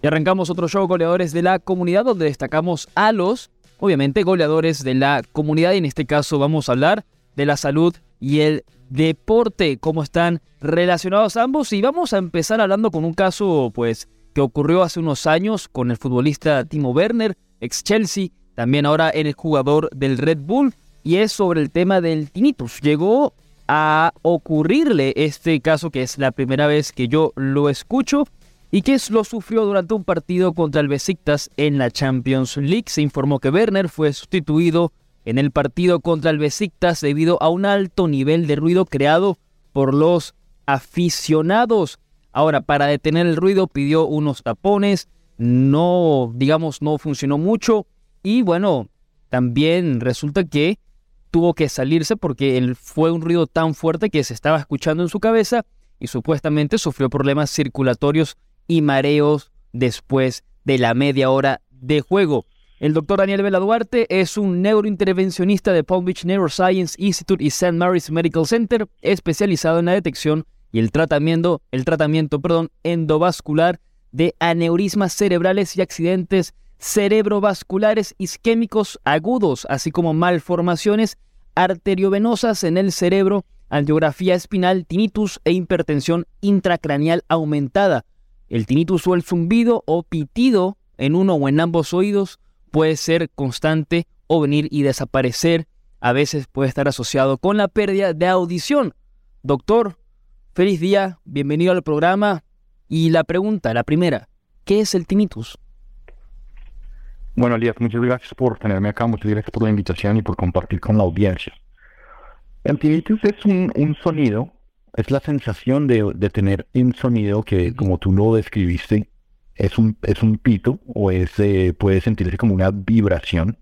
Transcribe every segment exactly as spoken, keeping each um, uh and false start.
Y arrancamos otro show, goleadores de la comunidad, donde destacamos a los, obviamente, goleadores de la comunidad. Y en este caso vamos a hablar de la salud y el deporte, cómo están relacionados ambos. Y vamos a empezar hablando con un caso, pues, que ocurrió hace unos años con el futbolista Timo Werner, ex Chelsea, también ahora el jugador del Red Bull, y es sobre el tema del tinnitus. Llegó a ocurrirle este caso, que es la primera vez que yo lo escucho, y que lo sufrió durante un partido contra el Besiktas en la Champions League. Se informó que Werner fue sustituido en el partido contra el Besiktas debido a un alto nivel de ruido creado por los aficionados. Ahora, para detener el ruido pidió unos tapones, no, digamos, no funcionó mucho, y bueno, también resulta que tuvo que salirse porque él fue un ruido tan fuerte que se estaba escuchando en su cabeza y supuestamente sufrió problemas circulatorios y mareos después de la media hora de juego. El doctor Daniel Vela Duarte es un neurointervencionista de Palm Beach Neuroscience Institute y Saint Mary's Medical Center, especializado en la detección y el tratamiento, el tratamiento perdón, endovascular de aneurismas cerebrales y accidentes cerebrovasculares isquémicos agudos, así como malformaciones arteriovenosas en el cerebro, angiografía espinal, tinnitus e hipertensión intracraneal aumentada. El tinnitus o el zumbido o pitido en uno o en ambos oídos puede ser constante o venir y desaparecer. A veces puede estar asociado con la pérdida de audición. Doctor, feliz día, bienvenido al programa. Y la pregunta, la primera, ¿qué es el tinnitus? Bueno, Elías, muchas gracias por tenerme acá, muchas gracias por la invitación y por compartir con la audiencia. El tinnitus es un, un sonido, es la sensación de, de tener un sonido que, como tú lo describiste, es un, es un pito o es, eh, puede sentirse como una vibración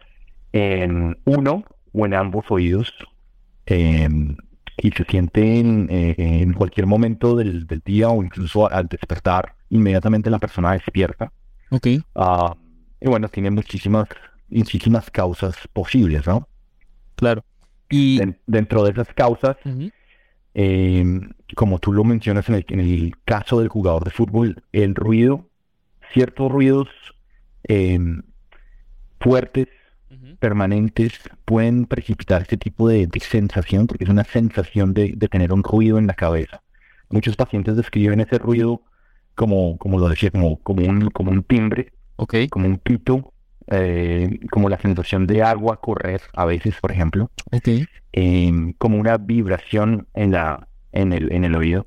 en uno o en ambos oídos, eh, y se siente en, eh, en cualquier momento del, del día o incluso al despertar, inmediatamente la persona despierta. Ok. Uh, y bueno, tiene muchísimas, muchísimas causas posibles, ¿no? Claro. Y Den- dentro de esas causas, uh-huh. eh, como tú lo mencionas en el, en el caso del jugador de fútbol, el ruido, ciertos ruidos eh, fuertes, Uh-huh. permanentes, pueden precipitar este tipo de, de sensación, porque es una sensación de, de tener un ruido en la cabeza. Muchos pacientes describen ese ruido como, como lo decía, como, como, un, como un timbre, Okay. como un pito, eh, como la sensación de agua correr a veces, por ejemplo, Okay. eh, como una vibración en, la, en, el, en el oído.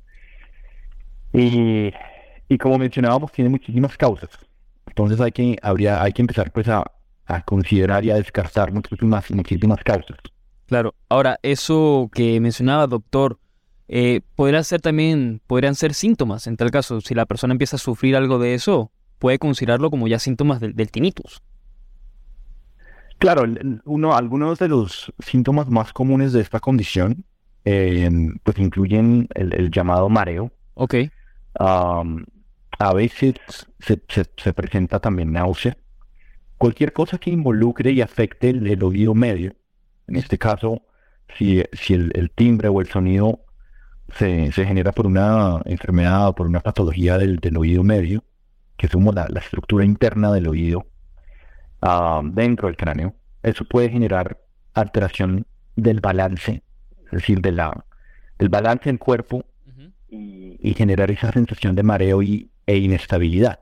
Y, y como mencionábamos, tiene muchísimas causas. Entonces hay que, habría, hay que empezar pues a, a considerar y a descartar muchísimas, muchísimas causas. Claro. Ahora, eso que mencionaba, doctor, eh, podría ser también, podrían ser síntomas. En tal caso, si la persona empieza a sufrir algo de eso, puede considerarlo como ya síntomas del, del tinnitus. Claro, el- uno, algunos de los síntomas más comunes de esta condición eh, pues incluyen el, el llamado mareo. Ok. Um, a veces se, se, se presenta también náusea. Cualquier cosa que involucre y afecte el, el oído medio. En este caso, si, si el, el timbre o el sonido se, se genera por una enfermedad o por una patología del, del oído medio, que es como la, la estructura interna del oído uh, dentro del cráneo, eso puede generar alteración del balance, es decir, de la, del balance del cuerpo Uh-huh. y, y generar esa sensación de mareo y, e inestabilidad.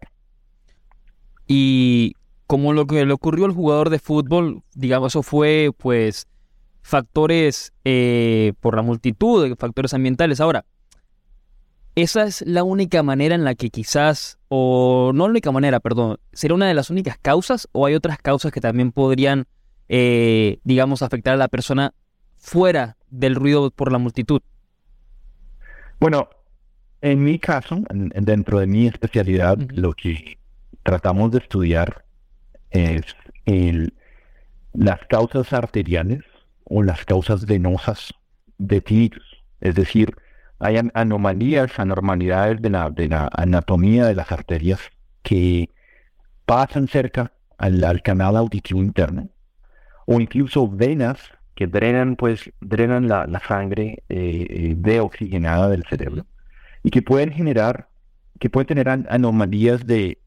Y como lo que le ocurrió al jugador de fútbol, digamos, eso fue, pues, factores eh, por la multitud de factores ambientales. Ahora, esa es la única manera en la que quizás, o no la única manera, perdón, ¿será una de las únicas causas o hay otras causas que también podrían, eh, digamos, afectar a la persona fuera del ruido por la multitud? Bueno, en mi caso, en- en- dentro de mi especialidad, Ujú. lo que tratamos de estudiar es el, las causas arteriales o las causas venosas de tinnitus. Es decir, hay an- anomalías, anormalidades de la, de la anatomía de las arterias que pasan cerca al, al canal auditivo interno, o incluso venas que drenan, pues, drenan la, la sangre eh, eh, deoxigenada del cerebro y que pueden generar, que pueden tener an- anomalías de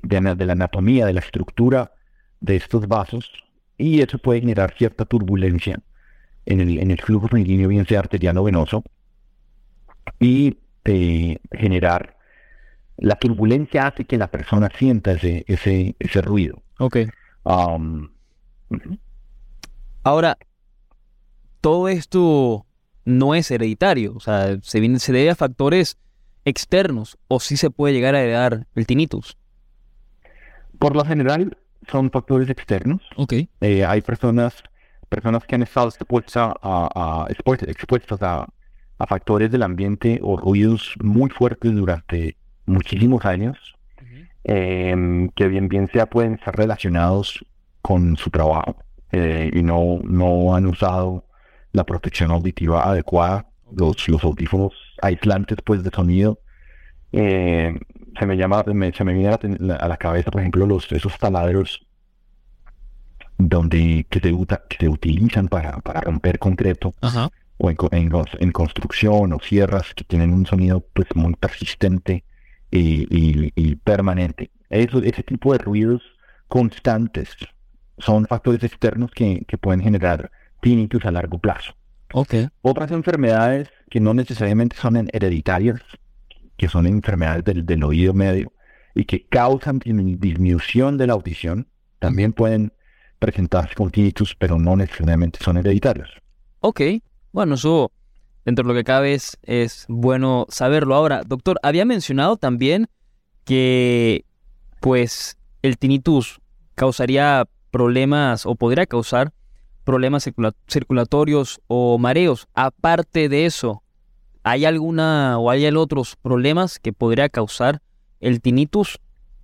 de, ana- de la anatomía, de la estructura de estos vasos, y eso puede generar cierta turbulencia en el, en el flujo sanguíneo, bien sea arterial o venoso, y eh, generar la turbulencia hace que la persona sienta ese, ese, ese ruido. Ok. Um, ujú. Ahora, todo esto no es hereditario, o sea, se, viene- se debe a factores externos, o sí se puede llegar a heredar el tinnitus. Por lo general, son factores externos. Ok. Eh, hay personas, personas que han estado expuestas a, a- expuestas, expuestas a, a factores del ambiente o ruidos muy fuertes durante muchísimos años, em, que bien, bien sea pueden estar relacionados con su trabajo, eh, y no, no han usado la protección auditiva adecuada, los, los audífonos aislantes pues de sonido. Eh, se me llama, me- se me viene a la, ten- la- a la cabeza, por ejemplo, los, esos taladros donde, que se, uta- que se utilizan para, para romper concreto, Ajá. o en, co- en cons- en construcción, o sierras que tienen un sonido pues muy persistente y, y- y permanente. Eso, ese tipo de ruidos constantes son factores externos que, que pueden generar tinnitus a largo plazo. Ok. Otras enfermedades que no necesariamente son en- hereditarias, que son enfermedades del, del oído medio y que causan dismi- disminución de la audición, también pueden presentarse con tinnitus, pero no necesariamente son hereditarios. Ok. Bueno, eso dentro de lo que cabe es, es bueno saberlo. Ahora, doctor, había mencionado también que pues el tinnitus causaría problemas o podría causar problemas circula- circulatorios o mareos. Aparte de eso, ¿hay alguna o hay otros problemas que podría causar el tinnitus?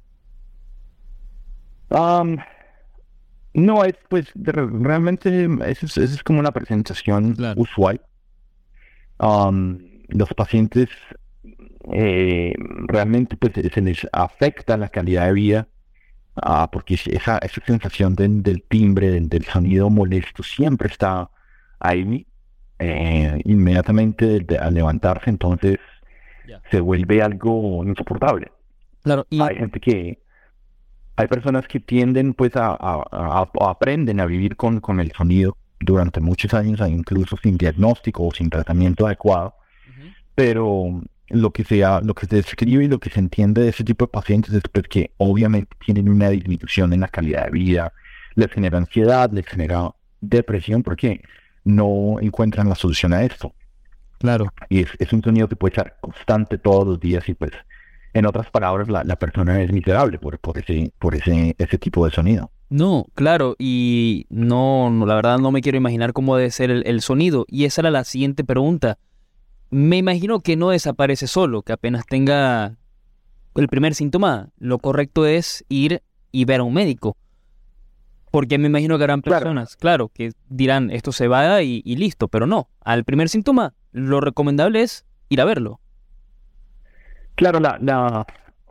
Am, no, es pues de- realmente eso es, eso es como una presentación Claro. usual. Am, los pacientes eh, realmente pues se se les afecta la calidad de vida, ah, porque si esa, esa sensación del, del timbre, del, del sonido molesto siempre está ahí, eh, inmediatamente de- de- al levantarse, entonces Ya. se vuelve algo insoportable. Claro, y Hay gente que, hay personas que tienden pues a, a- a- a- aprenden a vivir con, con el sonido durante muchos años, e incluso sin diagnóstico o sin tratamiento adecuado, Ujú. pero lo que se, ha- lo que se describe y lo que se entiende de ese tipo de pacientes es pues, que obviamente tienen una disminución en la calidad de vida, les genera ansiedad, les genera depresión porque no encuentran la solución a esto. claro. Y es, es un sonido que puede estar constante todos los días y pues, en otras palabras, la, la persona es miserable por, por ese, por ese, ese tipo de sonido. No, claro, y no, no, la verdad no me quiero imaginar cómo debe ser el, el sonido. Y esa era la siguiente pregunta. Me imagino que no desaparece solo, que apenas tenga el primer síntoma, lo correcto es ir y ver a un médico. Porque me imagino que habrán Claro. personas, claro, que dirán esto se va y, y listo, pero no. Al primer síntoma, lo recomendable es ir a verlo. Claro, la, la,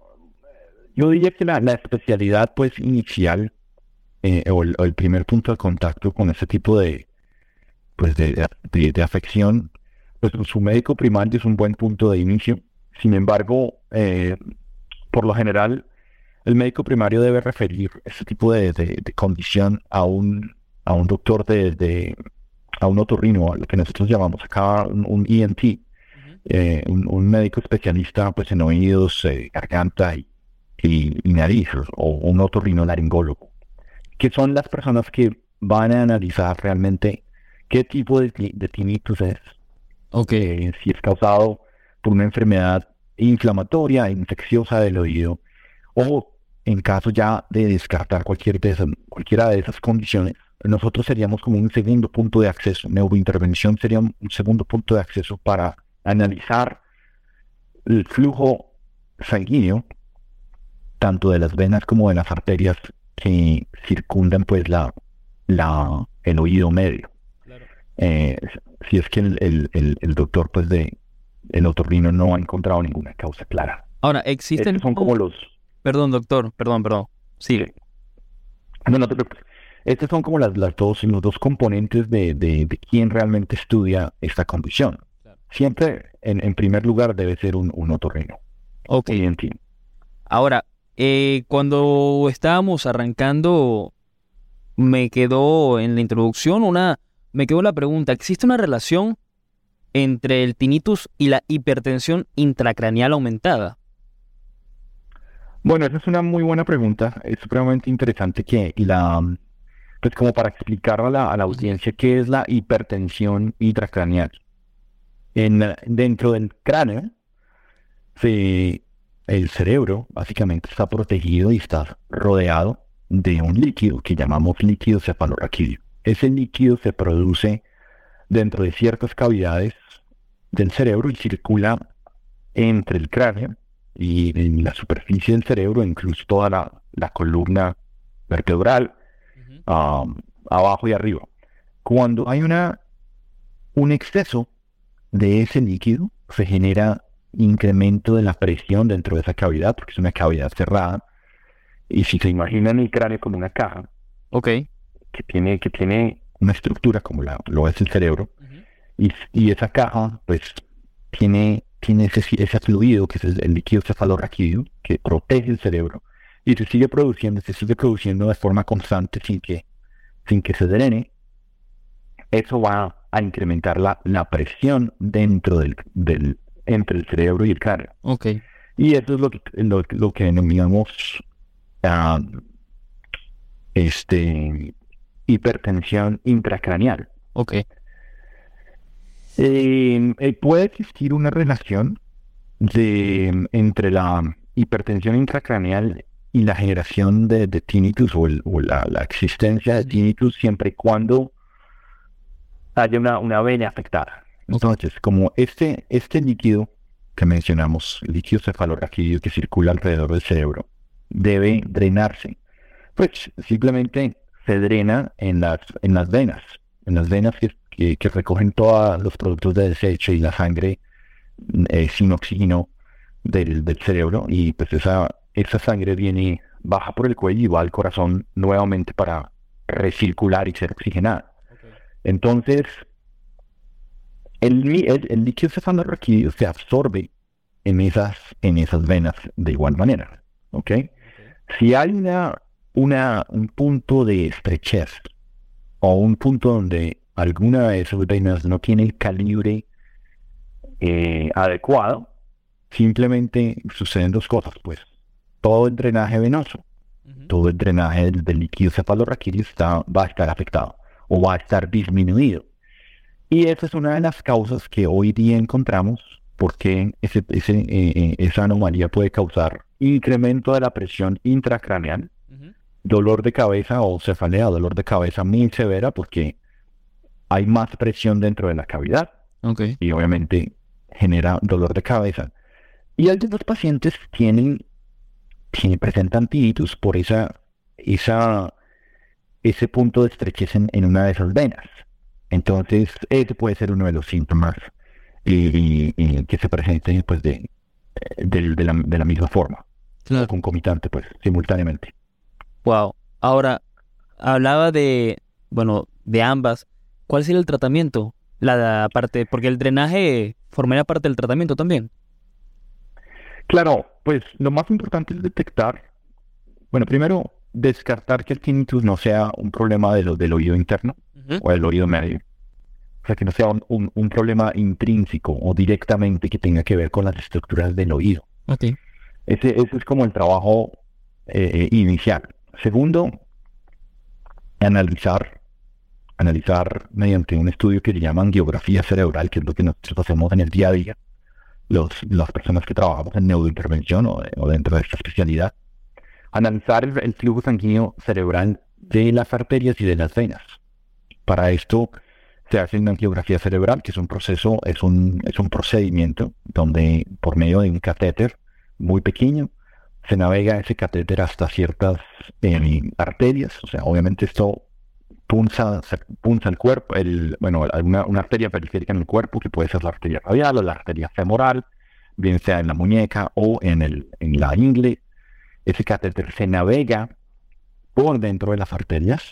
yo diría que la, la especialidad pues inicial, eh, o, el, o el primer punto de contacto con ese tipo de, pues de, de, de afección, pues su médico primario es un buen punto de inicio. Sin embargo, eh, por lo general, el médico primario debe referir ese tipo de, de, de condición a un, a un doctor de, de, a un otorrino, a lo que nosotros llamamos acá un, un E N T, eh, un, un médico especialista pues en oídos, eh, garganta y, y, y nariz, o un otorrinolaringólogo, que son las personas que van a analizar realmente qué tipo de, ti- de tinnitus es, Ok. eh, si es causado por una enfermedad inflamatoria, infecciosa del oído, o en caso ya de descartar cualquier de esas, cualquiera de esas condiciones, nosotros seríamos como un segundo punto de acceso. Neurointervención sería un, un segundo punto de acceso para analizar el flujo sanguíneo, tanto de las venas como de las arterias que circundan pues la, la, el oído medio. Claro. Eh, si es que el, el, el, el doctor pues de el otorrino no ha encontrado ninguna causa clara. Ahora, existen... Estos son como los... Perdón, doctor, perdón, perdón. Sigue. No, no te preocupes. Estos son como las, las dos, los dos componentes de, de, de quién realmente estudia esta condición. Claro. Siempre, en, en primer lugar, debe ser un, un otorrino. Ok. E N T. Ahora, eh, cuando estábamos arrancando, me quedó en la introducción una, me quedó la pregunta, ¿existe una relación entre el tinnitus y la hipertensión intracraneal aumentada? Bueno, esa es una muy buena pregunta. Es supremamente interesante que la, pues como para explicar a la, a la audiencia qué es la hipertensión intracraneal. En, dentro del cráneo, se, el cerebro básicamente está protegido y está rodeado de un líquido que llamamos líquido cefalorraquídeo. Ese líquido se produce dentro de ciertas cavidades del cerebro y circula entre el cráneo y en la superficie del cerebro, incluso toda la, la columna vertebral, uh-huh. um, abajo y arriba. Cuando hay una, un exceso de ese líquido, se genera incremento de la presión dentro de esa cavidad, porque es una cavidad cerrada. Y si se imaginan el cráneo como una caja, okay. que tiene, que tiene una estructura como la, lo es el cerebro, uh-huh. y, y esa caja, pues, tiene, tiene ese, ese fluido, que es el, el líquido cefalorraquídeo, que protege el cerebro, y se sigue produciendo, se sigue produciendo de forma constante sin que, sin que se drene. Eso va a incrementar la, la presión dentro del, del, entre el cerebro y el cráneo. Okay. Y eso es lo que, lo, lo que denominamos uh, este, hipertensión intracraneal. Okay. Eh, eh, puede existir una relación de, entre la hipertensión intracraneal y la generación de, de tinnitus o, el, o la, la existencia de tinnitus siempre y cuando haya una, una vena afectada. Entonces, como este, este líquido que mencionamos, líquido cefalorraquídeo que circula alrededor del cerebro, debe drenarse, pues simplemente se drena en las, en las venas, en las venas que Que, que recogen todos los productos de desecho y la sangre eh, sin oxígeno del, del cerebro, y pues esa, esa sangre viene, baja por el cuello y va al corazón nuevamente para recircular y ser oxigenada. Okay. Entonces, el, el, el líquido cefalorraquídeo se absorbe en esas, en esas venas de igual manera. ¿Okay? Okay. Si hay una, una, un punto de estrechez o un punto donde alguna de esas venas no tiene el calibre eh, adecuado, simplemente suceden dos cosas, pues. Todo el drenaje venoso, uh-huh. todo el drenaje del, del líquido cefalorraquídeo está, va a estar afectado o va a estar disminuido. Y esa es una de las causas que hoy día encontramos porque ese, ese, eh, esa anomalía puede causar incremento de la presión intracraneal, uh-huh. dolor de cabeza o cefalea, dolor de cabeza muy severa porque hay más presión dentro de la cavidad. Okay. Y obviamente genera dolor de cabeza. Y algunos pacientes tienen, tienen presentan tinnitus por esa, esa, ese punto de estrechez en, en una de esas venas. Entonces, ese puede ser uno de los síntomas y, y, y que se presenten pues, de, de, de, la, de la misma forma. Claro. Concomitante, pues, simultáneamente. Wow. Ahora, hablaba de, bueno, de ambas. ¿Cuál sería el tratamiento? La parte, porque el drenaje formaría parte del tratamiento también. Claro, pues lo más importante es detectar, bueno, primero descartar que el tinnitus no sea un problema de lo, del oído interno uh-huh. o del oído medio. O sea, que no sea un, un, un problema intrínseco o directamente que tenga que ver con las estructuras del oído. Okay. Ese, ese es como el trabajo eh, inicial. Segundo, analizar analizar mediante un estudio que le llaman angiografía cerebral, que es lo que nosotros hacemos en el día a día, los, las personas que trabajamos en neurointervención o, o dentro de esta especialidad, analizar el, el flujo sanguíneo cerebral de las arterias y de las venas. Para esto se hace una angiografía cerebral, que es un proceso, es un, es un procedimiento donde por medio de un catéter muy pequeño se navega ese catéter hasta ciertas eh, arterias. O sea, obviamente esto punza, punza el cuerpo, el, bueno, una, una arteria periférica en el cuerpo, que puede ser la arteria radial o la arteria femoral, bien sea en la muñeca o en, el, en la ingle. Ese catéter se navega por dentro de las arterias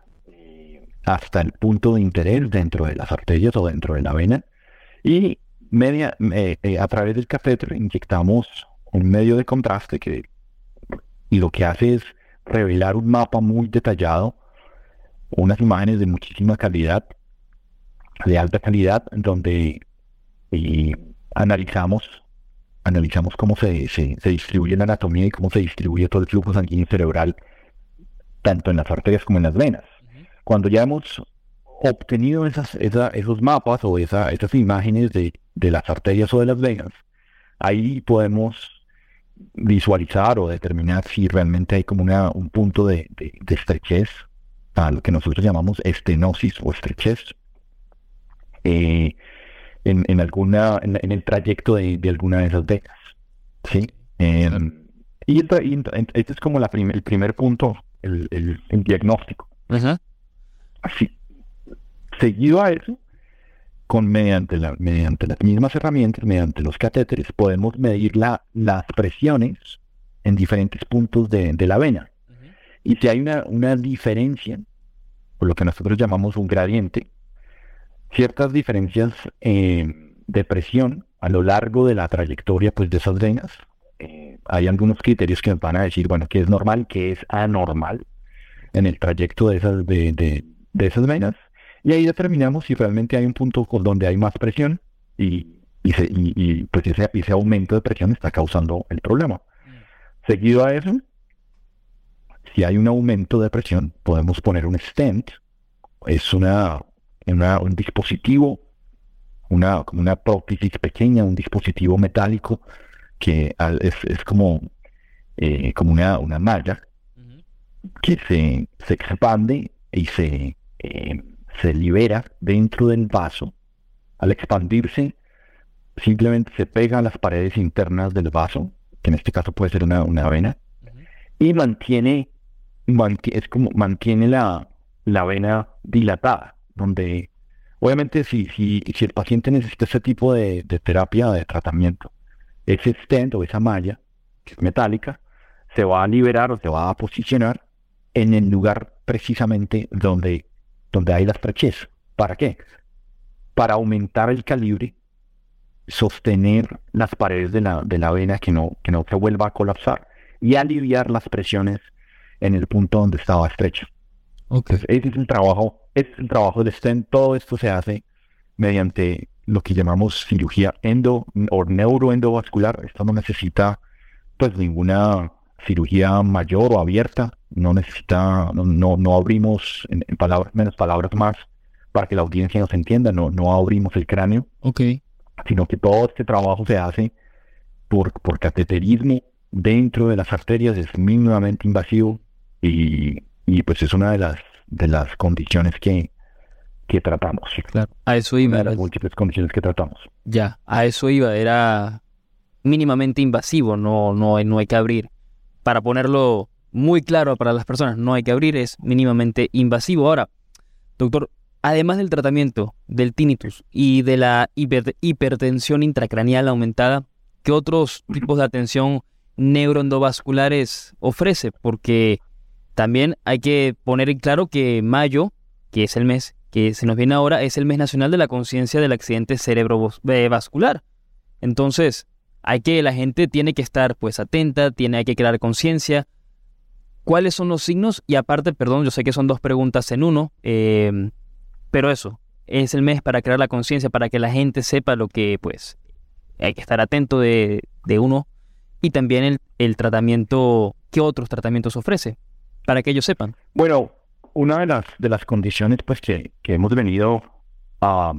hasta el punto de interés dentro de las arterias o dentro de la vena, y media, eh, eh, a través del catéter inyectamos un medio de contraste que y lo que hace es revelar un mapa muy detallado, unas imágenes de muchísima calidad, de alta calidad, donde eh, analizamos, analizamos cómo se, se, se distribuye la anatomía y cómo se distribuye todo el flujo sanguíneo cerebral, tanto en las arterias como en las venas. Uh-huh. Cuando ya hemos obtenido esas, esa, esos mapas o esa, esas imágenes de, de las arterias o de las venas, ahí podemos visualizar o determinar si realmente hay como una, un punto de, de, de estrechez, a lo que nosotros llamamos estenosis o estrechez, eh, en, en, alguna, en, en el trayecto de, de alguna de esas venas, ¿sí? Eh, y, y este es como la prim el primer punto, el, el, el diagnóstico. Uh-huh. Así, seguido a eso, con mediante, la, mediante las mismas herramientas, mediante los catéteres, podemos medir la, las presiones en diferentes puntos de, de la vena. Uh-huh. Y si hay una, una diferencia, por lo que nosotros llamamos un gradiente, ciertas diferencias eh, de presión a lo largo de la trayectoria pues, de esas venas, eh, hay algunos criterios que nos van a decir, bueno, qué es normal, qué es anormal en el trayecto de esas, de, de, de esas venas. Y ahí determinamos si realmente hay un punto donde hay más presión y, y, se, y, y pues ese, ese aumento de presión está causando el problema. Mm. Seguido a eso, si hay un aumento de presión, podemos poner un stent. Es una, una, un dispositivo, una, una prótesis pequeña, un dispositivo metálico que es, es como, eh, como una, una malla uh-huh. que se, se expande y se... Eh, se libera dentro del vaso. Al expandirse, simplemente se pega a las paredes internas del vaso, que en este caso puede ser una, una vena, uh-huh. y mantiene, mantiene, es como mantiene la, la vena dilatada, donde obviamente si, si, si el paciente necesita ese tipo de, de terapia, de tratamiento, ese stent o esa malla, que es metálica, se va a liberar o se va a posicionar en el lugar precisamente donde donde hay la estrechez. ¿Para qué? Para aumentar el calibre, sostener las paredes de la, de la vena que no, que no se vuelva a colapsar y aliviar las presiones en el punto donde estaba estrecho. Okay. Entonces, ese es el trabajo, ese es el trabajo del stent. Todo esto se hace mediante lo que llamamos cirugía endo o neuroendovascular. Esto no necesita pues ninguna cirugía mayor o abierta, no necesita, no, no, no abrimos, en, en palabras, menos palabras más, para que la audiencia nos entienda, no, no abrimos el cráneo, okay. sino que todo este trabajo se hace por, por cateterismo dentro de las arterias, es mínimamente invasivo y, y pues es una de las, de las condiciones que, que tratamos. Claro, a eso iba. Una de las múltiples condiciones que tratamos. Ya, a eso iba, era mínimamente invasivo, no, no, no hay que abrir. Para ponerlo muy claro para las personas, no hay que abrir, es mínimamente invasivo. Ahora, doctor, además del tratamiento del tinnitus y de la hiper, hipertensión intracraneal aumentada, ¿qué otros tipos de atención neuroendovasculares ofrece? Porque también hay que poner en claro que mayo, que es el mes que se nos viene ahora, es el mes nacional de la conciencia del accidente cerebrovascular. Entonces, hay que, la gente tiene que estar pues atenta, tiene hay que crear conciencia. ¿Cuáles son los signos? Y aparte, perdón, yo sé que son dos preguntas en uno, eh, pero eso, es el mes para crear la conciencia, para que la gente sepa lo que pues hay que estar atento de, de uno, y también el, el tratamiento, ¿qué otros tratamientos ofrece? Para que ellos sepan. Bueno, una de las, de las condiciones pues que, que hemos venido um,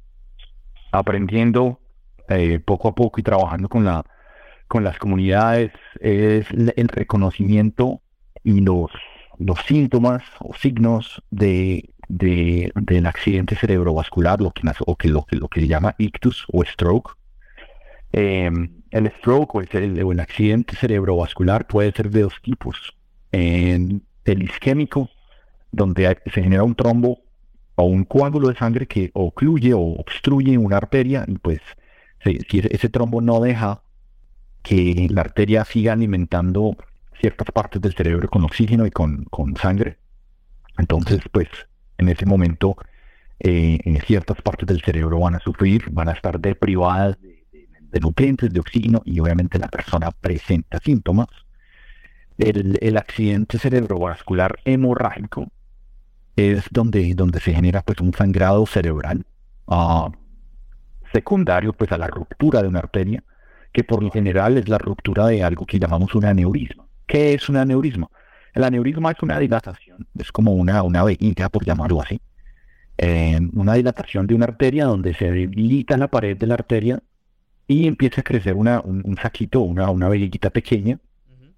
aprendiendo Eh, poco a poco y trabajando con la con las comunidades es el reconocimiento y los los síntomas o signos de, de del accidente cerebrovascular, lo que o que lo que lo que se llama ictus o stroke. Eh, el stroke o el, o el accidente cerebrovascular puede ser de dos tipos: en el isquémico, donde hay, se genera un trombo o un coágulo de sangre que ocluye o obstruye una arteria y pues si, si ese trombo no deja que la arteria siga alimentando ciertas partes del cerebro con oxígeno y con, con sangre, entonces pues en ese momento eh, en ciertas partes del cerebro van a sufrir, van a estar deprivadas de, de, de nutrientes, de oxígeno, y obviamente la persona presenta síntomas El, el accidente cerebrovascular hemorrágico es donde, donde se genera pues un sangrado cerebral uh, secundario pues a la ruptura de una arteria, que por lo general es la ruptura de algo que llamamos un aneurisma. ¿Qué es un aneurisma? El aneurisma es una dilatación, es como una, una vejiga, por llamarlo así, eh, una dilatación de una arteria donde se debilita la pared de la arteria y empieza a crecer una, un, un saquito, una, una vejiga pequeña, uh-huh.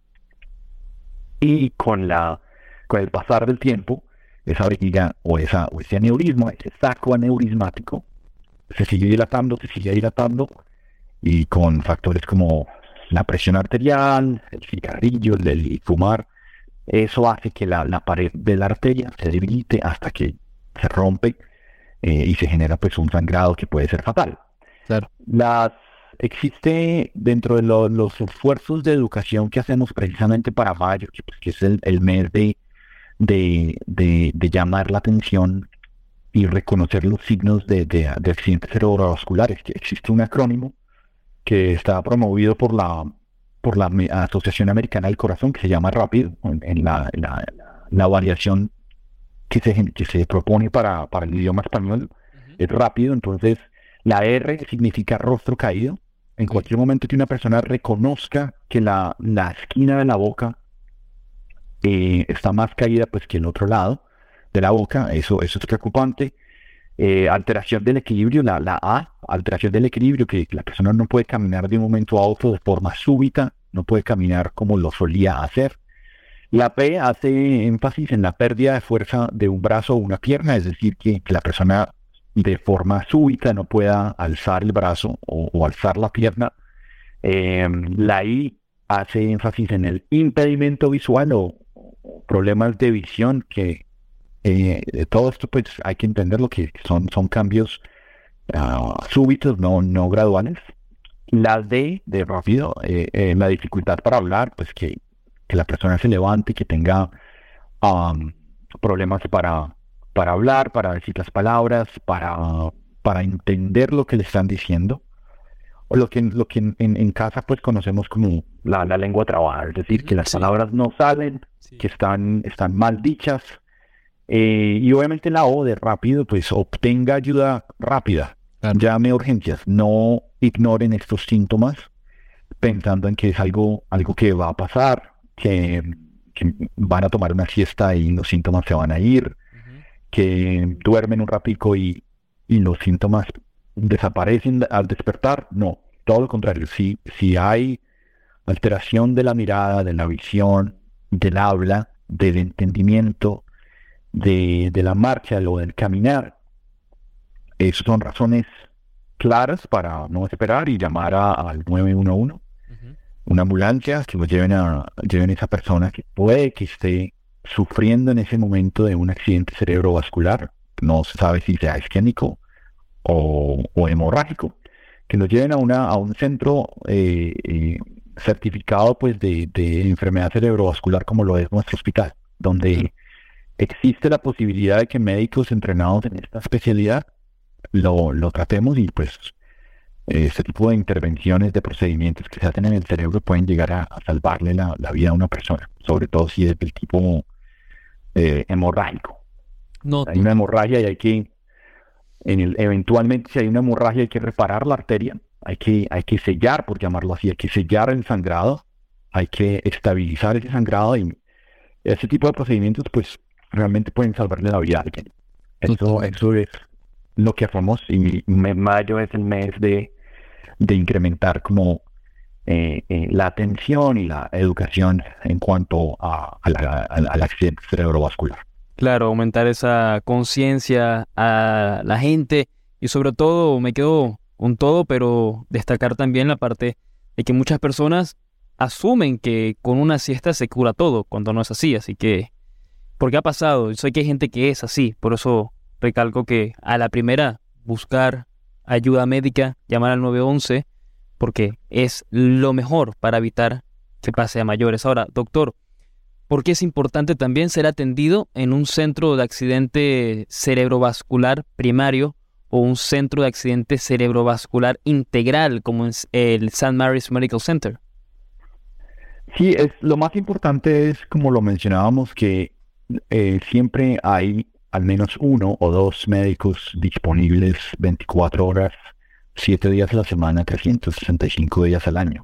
y con, la, con el pasar del tiempo, esa vejiga o, esa, o ese aneurisma, ese saco aneurismático, se sigue dilatando, se sigue dilatando, y con factores como la presión arterial, el cigarrillo, el, el fumar, eso hace que la, la pared de la arteria se debilite hasta que se rompe eh, y se genera pues un sangrado que puede ser fatal. Claro. Las, existe dentro de lo, los esfuerzos de educación que hacemos precisamente para mayo, que, pues, que es el, el mes de, de, de, de llamar la atención y reconocer los signos de, de, de accidentes cerebrovasculares, que existe un acrónimo que está promovido por la por la Asociación Americana del Corazón, que se llama RAPID, en, en la, la, la, la variación que se, que se propone para, para el idioma español, uh-huh. es rápido. Entonces la R significa rostro caído. En uh-huh. cualquier momento que una persona reconozca que la, la esquina de la boca eh, está más caída pues que el otro lado de la boca, eso, eso es preocupante. Eh, alteración del equilibrio, la, la A, alteración del equilibrio, que la persona no puede caminar de un momento a otro de forma súbita, no puede caminar como lo solía hacer. La P hace énfasis en la pérdida de fuerza de un brazo o una pierna, es decir, que, que la persona de forma súbita no pueda alzar el brazo o, o alzar la pierna. Eh, la I hace énfasis en el impedimento visual o, o problemas de visión, que Eh, de todo esto pues hay que entenderlo que son, son cambios uh, súbitos, no, no graduales. La D de rápido, eh, eh, la dificultad para hablar, pues que, que la persona se levante, que tenga um, problemas para, para hablar, para decir las palabras, para, para entender lo que le están diciendo, o lo que, lo que en, en, en casa pues conocemos como la, la lengua trabada, es decir, que las sí. palabras no salen, sí. que están, están mal dichas. Eh, y obviamente la O de rápido, pues obtenga ayuda rápida, claro. llame a urgencias, no ignoren estos síntomas pensando en que es algo, algo que va a pasar, que, que van a tomar una siesta y los síntomas se van a ir, uh-huh. que duermen un ratico y, y los síntomas desaparecen al despertar. No, todo lo contrario, si, si hay alteración de la mirada, de la visión, del habla, del entendimiento, De, de la marcha o del caminar, esas son razones claras para no esperar y llamar a, al nueve uno uno, uh-huh. una ambulancia, que lo lleven a, lleven a esa persona que puede que esté sufriendo en ese momento de un accidente cerebrovascular, no se sabe si sea isquémico o, o hemorrágico, que lo lleven a, una, a un centro eh, eh, certificado pues de, de enfermedad cerebrovascular como lo es nuestro hospital, donde uh-huh. existe la posibilidad de que médicos entrenados en esta especialidad lo, lo tratemos, y pues este tipo de intervenciones, de procedimientos que se hacen en el cerebro pueden llegar a, a salvarle la, la vida a una persona, sobre todo si es del tipo eh, hemorrágico. No, hay una hemorragia y hay que, en el, eventualmente si hay una hemorragia hay que reparar la arteria, hay que, hay que sellar, por llamarlo así, hay que sellar el sangrado, hay que estabilizar ese sangrado, y ese tipo de procedimientos pues realmente pueden salvarle la vida a alguien. Eso, eso es lo que hacemos, y mayo es el mes de, de incrementar como eh, eh, la atención y la educación en cuanto a, a la, a, al accidente cerebrovascular. Claro, aumentar esa conciencia a la gente, y sobre todo, me quedo con todo, pero destacar también la parte de que muchas personas asumen que con una siesta se cura todo, cuando no es así, así que, porque ha pasado, yo sé que hay gente que es así, por eso recalco que a la primera buscar ayuda médica, llamar al nueve once, porque es lo mejor para evitar que pase a mayores. Ahora, doctor, ¿por qué es importante también ser atendido en un centro de accidente cerebrovascular primario o un centro de accidente cerebrovascular integral como es el Saint Mary's Medical Center? Sí, es, lo más importante es, como lo mencionábamos, que eh, siempre hay al menos uno o dos médicos disponibles veinticuatro horas, siete días a la semana, trescientos sesenta y cinco días al año.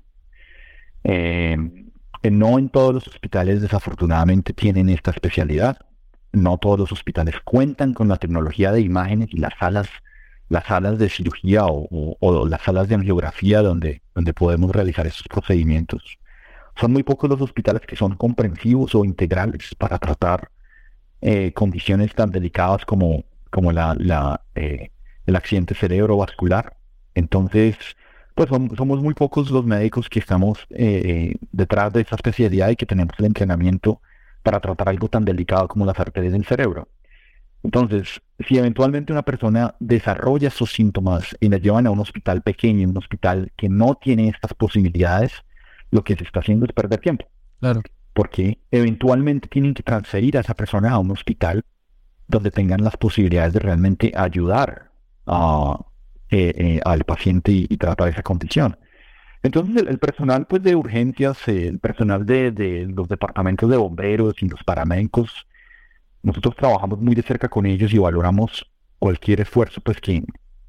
Eh, eh, no en todos los hospitales desafortunadamente tienen esta especialidad. No todos los hospitales cuentan con la tecnología de imágenes y las salas, las salas de cirugía o, o- o las salas de angiografía donde, donde podemos realizar esos procedimientos. Son muy pocos los hospitales que son comprensivos o integrales para tratar eh, condiciones tan delicadas como, como la, la, eh, el accidente cerebrovascular. Entonces, pues som- somos muy pocos los médicos que estamos eh, eh, detrás de esa especialidad y que tenemos el entrenamiento para tratar algo tan delicado como las arterias del cerebro. Entonces, si eventualmente una persona desarrolla esos síntomas y la llevan a un hospital pequeño, un hospital que no tiene estas posibilidades, lo que se está haciendo es perder tiempo, Claro. porque eventualmente tienen que transferir a esa persona a un hospital donde tengan las posibilidades de realmente ayudar a, eh, eh, al paciente y, y tratar esa condición. Entonces el, el personal pues de urgencias, eh, el personal de, de los departamentos de bomberos y los paramédicos, nosotros trabajamos muy de cerca con ellos y valoramos cualquier esfuerzo pues que,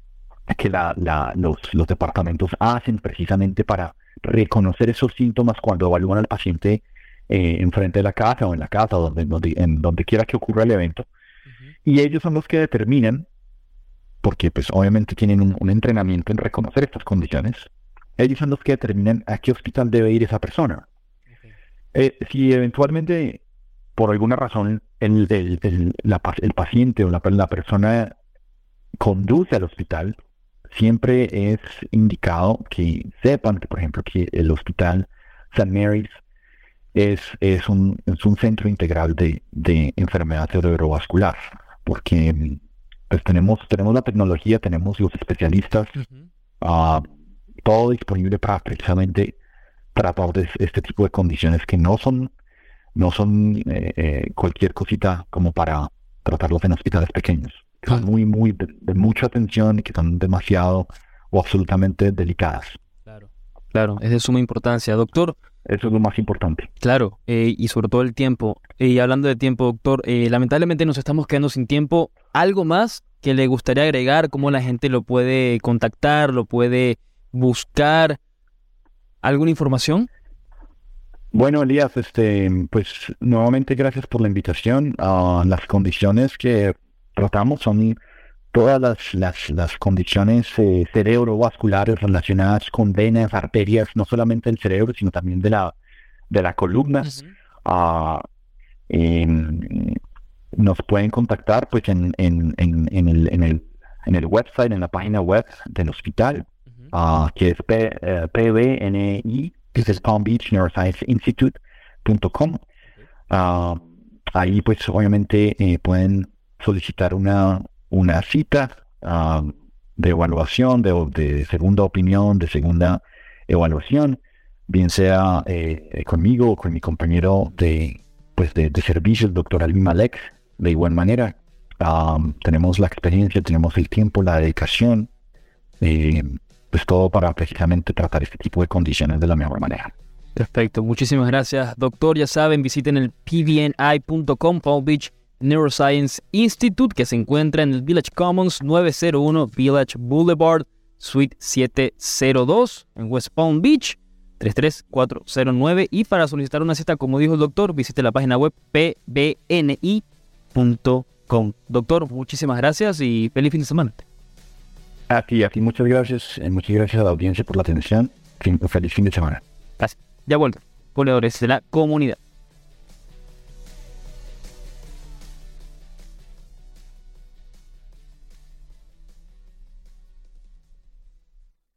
que la, la- los, los departamentos hacen precisamente para reconocer esos síntomas cuando evalúan al paciente eh, enfrente de la casa o en la casa, donde, donde, en donde quiera que ocurra el evento. Ujú. Y ellos son los que determinan, porque pues obviamente tienen un, un entrenamiento en reconocer estas condiciones, ellos son los que determinan a qué hospital debe ir esa persona. Ok. Eh, si eventualmente, por alguna razón, el, el- el- la pa- el paciente o la, la persona conduce al hospital, siempre es indicado que sepan que, por ejemplo, que el hospital Saint Mary's es, es un, es un centro integral de, de enfermedad cerebrovascular, porque mm, pues tenemos, tenemos la tecnología, tenemos los especialistas, Ujú. ah, todo disponible para precisamente tratar de este tipo de condiciones que no son, no son eh, eh, cualquier cosita como para tratarlos en hospitales pequeños, que son Claro. muy, muy de, de mucha atención y que son demasiado o absolutamente delicadas. Claro. Claro, es de suma importancia. Doctor, Eso es lo más importante. claro, eh, y sobre todo el tiempo. Y hablando de tiempo, doctor, eh, lamentablemente nos estamos quedando sin tiempo. ¿Algo más que le gustaría agregar? ¿Cómo la gente lo puede contactar, lo puede buscar? ¿Alguna información? Bueno, Elías, este, pues nuevamente gracias por la invitación. Ah, las condiciones que tratamos son todas las, las, las condiciones eh, cerebrovasculares relacionadas con venas, arterias, no solamente del cerebro, sino también de la, de la columna. Ujú. Ah, em, nos pueden contactar pues en, en, en, en el, en el, en el website, en la página web del hospital, Ujú. ah, que es P, eh, P B N I, que es Palm Beach Neuroscience Institute punto com. Ok. Ah, ahí pues obviamente eh, pueden solicitar una, una cita ah, de evaluación, de, de segunda opinión, de segunda evaluación, bien sea eh, eh, conmigo o con mi compañero de, pues de, de servicios, doctor Ali Malek. De igual manera, ah, tenemos la experiencia, tenemos el tiempo, la dedicación, eh, pues todo para precisamente tratar este tipo de condiciones de la mejor manera. Perfecto, muchísimas gracias, doctor. Ya saben, visiten el P V N I punto com, Palm Beach Neuroscience Institute, que se encuentra en el Village Commons, nueve cero uno Village Boulevard, Suite setecientos dos, en West Palm Beach, tres tres cuatro cero nueve. Y para solicitar una cita, como dijo el doctor, visite la página web P B N I punto com. Doctor, muchísimas gracias y feliz fin de semana. Aquí, aquí, muchas gracias, eh, muchas gracias a la audiencia por la atención. Fin- feliz fin de semana. Gracias. Ya vuelvo. Goleadores de la comunidad.